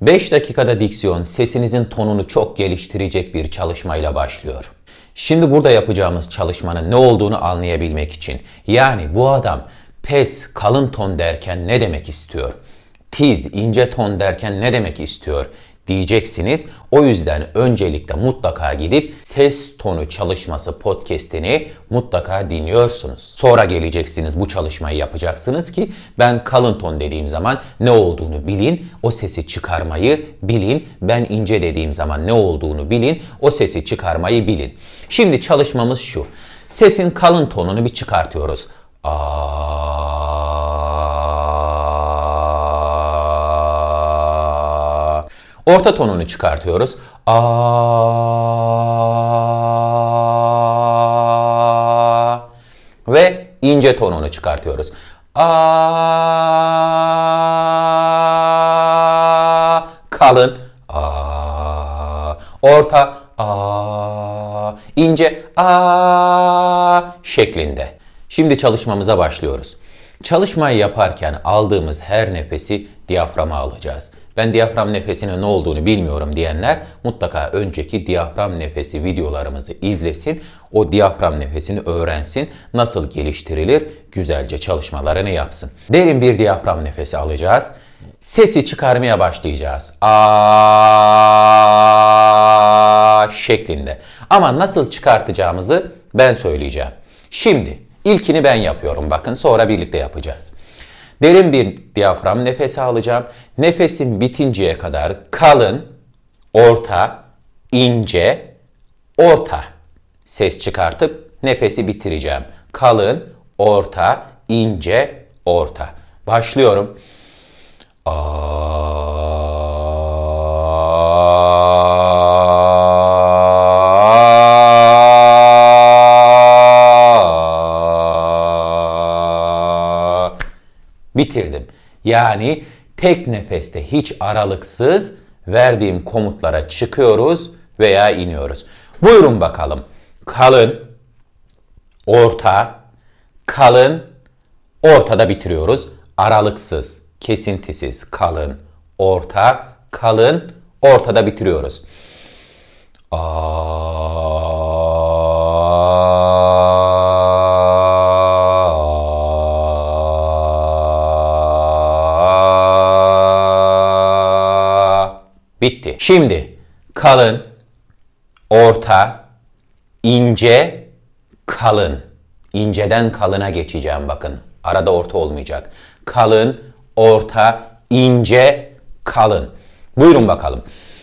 5 dakikada diksiyon sesinizin tonunu çok geliştirecek bir çalışmayla başlıyor. Şimdi burada yapacağımız çalışmanın ne olduğunu anlayabilmek için, yani bu adam pes, kalın ton derken ne demek istiyor? Tiz, ince ton derken ne demek istiyor diyeceksiniz. O yüzden öncelikle mutlaka gidip ses tonu çalışması podcast'ini mutlaka dinliyorsunuz. Sonra geleceksiniz, bu çalışmayı yapacaksınız ki ben kalın ton dediğim zaman ne olduğunu bilin, o sesi çıkarmayı bilin. Ben ince dediğim zaman ne olduğunu bilin, o sesi çıkarmayı bilin. Şimdi çalışmamız şu. Sesin kalın tonunu bir çıkartıyoruz. Orta tonunu çıkartıyoruz. Ve ince tonunu çıkartıyoruz. Kalın. Orta. İnce. Şeklinde. Şimdi çalışmamıza başlıyoruz. Çalışmayı yaparken aldığımız her nefesi diyaframa alacağız. Ben diyafram nefesinin ne olduğunu bilmiyorum diyenler mutlaka önceki diyafram nefesi videolarımızı izlesin. O diyafram nefesini öğrensin. Nasıl geliştirilir? Güzelce çalışmalarını yapsın. Derin bir diyafram nefesi alacağız. Sesi çıkarmaya başlayacağız. Şeklinde. Ama nasıl çıkartacağımızı ben söyleyeceğim. Şimdi ilkini ben yapıyorum. Bakın, sonra birlikte yapacağız. Derin bir diyafram nefesi alacağım. Nefesim bitinceye kadar kalın, orta, ince, orta ses çıkartıp nefesi bitireceğim. Kalın, orta, ince, orta. Başlıyorum. Bitirdim. Yani tek nefeste hiç aralıksız verdiğim komutlara çıkıyoruz veya iniyoruz. Buyurun bakalım. Kalın, orta, kalın, ortada bitiriyoruz. Aralıksız, kesintisiz, kalın, orta, kalın, ortada bitiriyoruz. Bitti. Şimdi kalın, orta, ince, kalın. İnceden kalına geçeceğim bakın. Arada orta olmayacak. Kalın, orta, ince, kalın. Buyurun bakalım.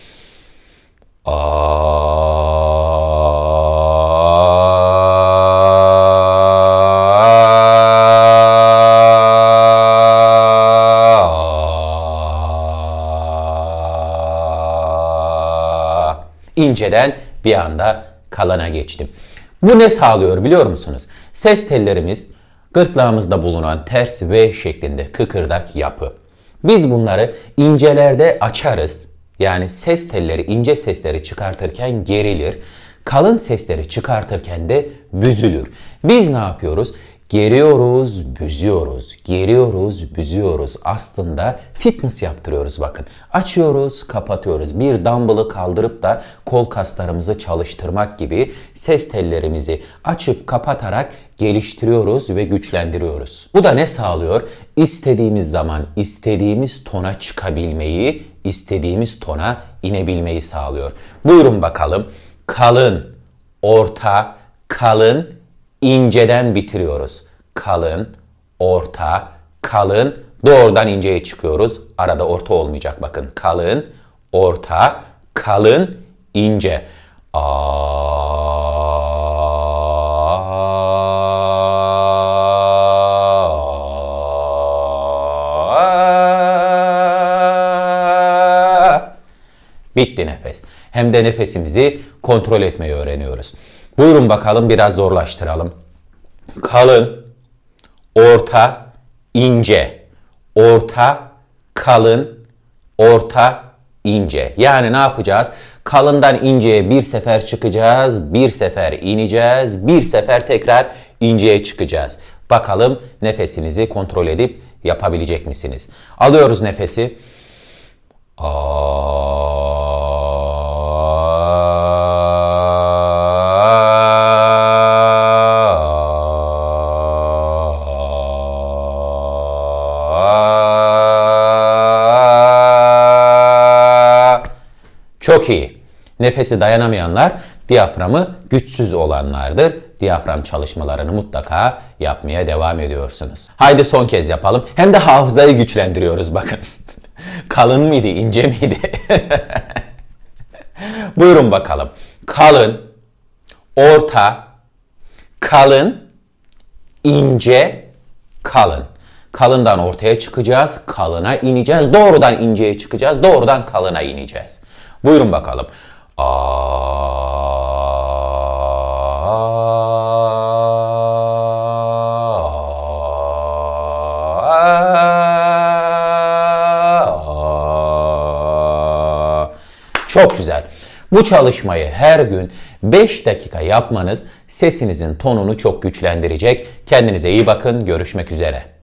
İnceden bir anda kalına geçtim. Bu ne sağlıyor biliyor musunuz? Ses tellerimiz gırtlağımızda bulunan ters V şeklinde kıkırdak yapı. Biz bunları incelerde açarız. Yani ses telleri ince sesleri çıkartırken gerilir. Kalın sesleri çıkartırken de büzülür. Biz ne yapıyoruz? Geriyoruz, büzüyoruz. Geriyoruz, büzüyoruz. Aslında fitness yaptırıyoruz bakın. Açıyoruz, kapatıyoruz. Bir dumbbell'ı kaldırıp da kol kaslarımızı çalıştırmak gibi ses tellerimizi açıp kapatarak geliştiriyoruz ve güçlendiriyoruz. Bu da ne sağlıyor? İstediğimiz zaman istediğimiz tona çıkabilmeyi, istediğimiz tona inebilmeyi sağlıyor. Buyurun bakalım. Kalın, orta, kalın, inceden bitiriyoruz. Kalın, orta, kalın, doğrudan inceye çıkıyoruz. Arada orta olmayacak bakın. Kalın, orta, kalın, ince. Bitti nefes. Hem de nefesimizi kontrol etmeyi öğreniyoruz. Buyurun bakalım, biraz zorlaştıralım. Kalın, orta, ince. Orta, kalın, orta, ince. Yani ne yapacağız? Kalından inceye bir sefer çıkacağız, bir sefer ineceğiz, bir sefer tekrar inceye çıkacağız. Bakalım nefesinizi kontrol edip yapabilecek misiniz? Alıyoruz nefesi. Çok iyi. Nefesi dayanamayanlar diyaframı güçsüz olanlardır. Diyafram çalışmalarını mutlaka yapmaya devam ediyorsunuz. Haydi son kez yapalım. Hem de hafızayı güçlendiriyoruz bakın. Kalın mıydı, ince miydi? Buyurun bakalım. Kalın, orta, kalın, ince, kalın. Kalından ortaya çıkacağız, kalına ineceğiz. Doğrudan inceye çıkacağız, doğrudan kalına ineceğiz. Buyurun bakalım. Çok güzel. Bu çalışmayı her gün 5 dakika yapmanız sesinizin tonunu çok güçlendirecek. Kendinize iyi bakın. Görüşmek üzere.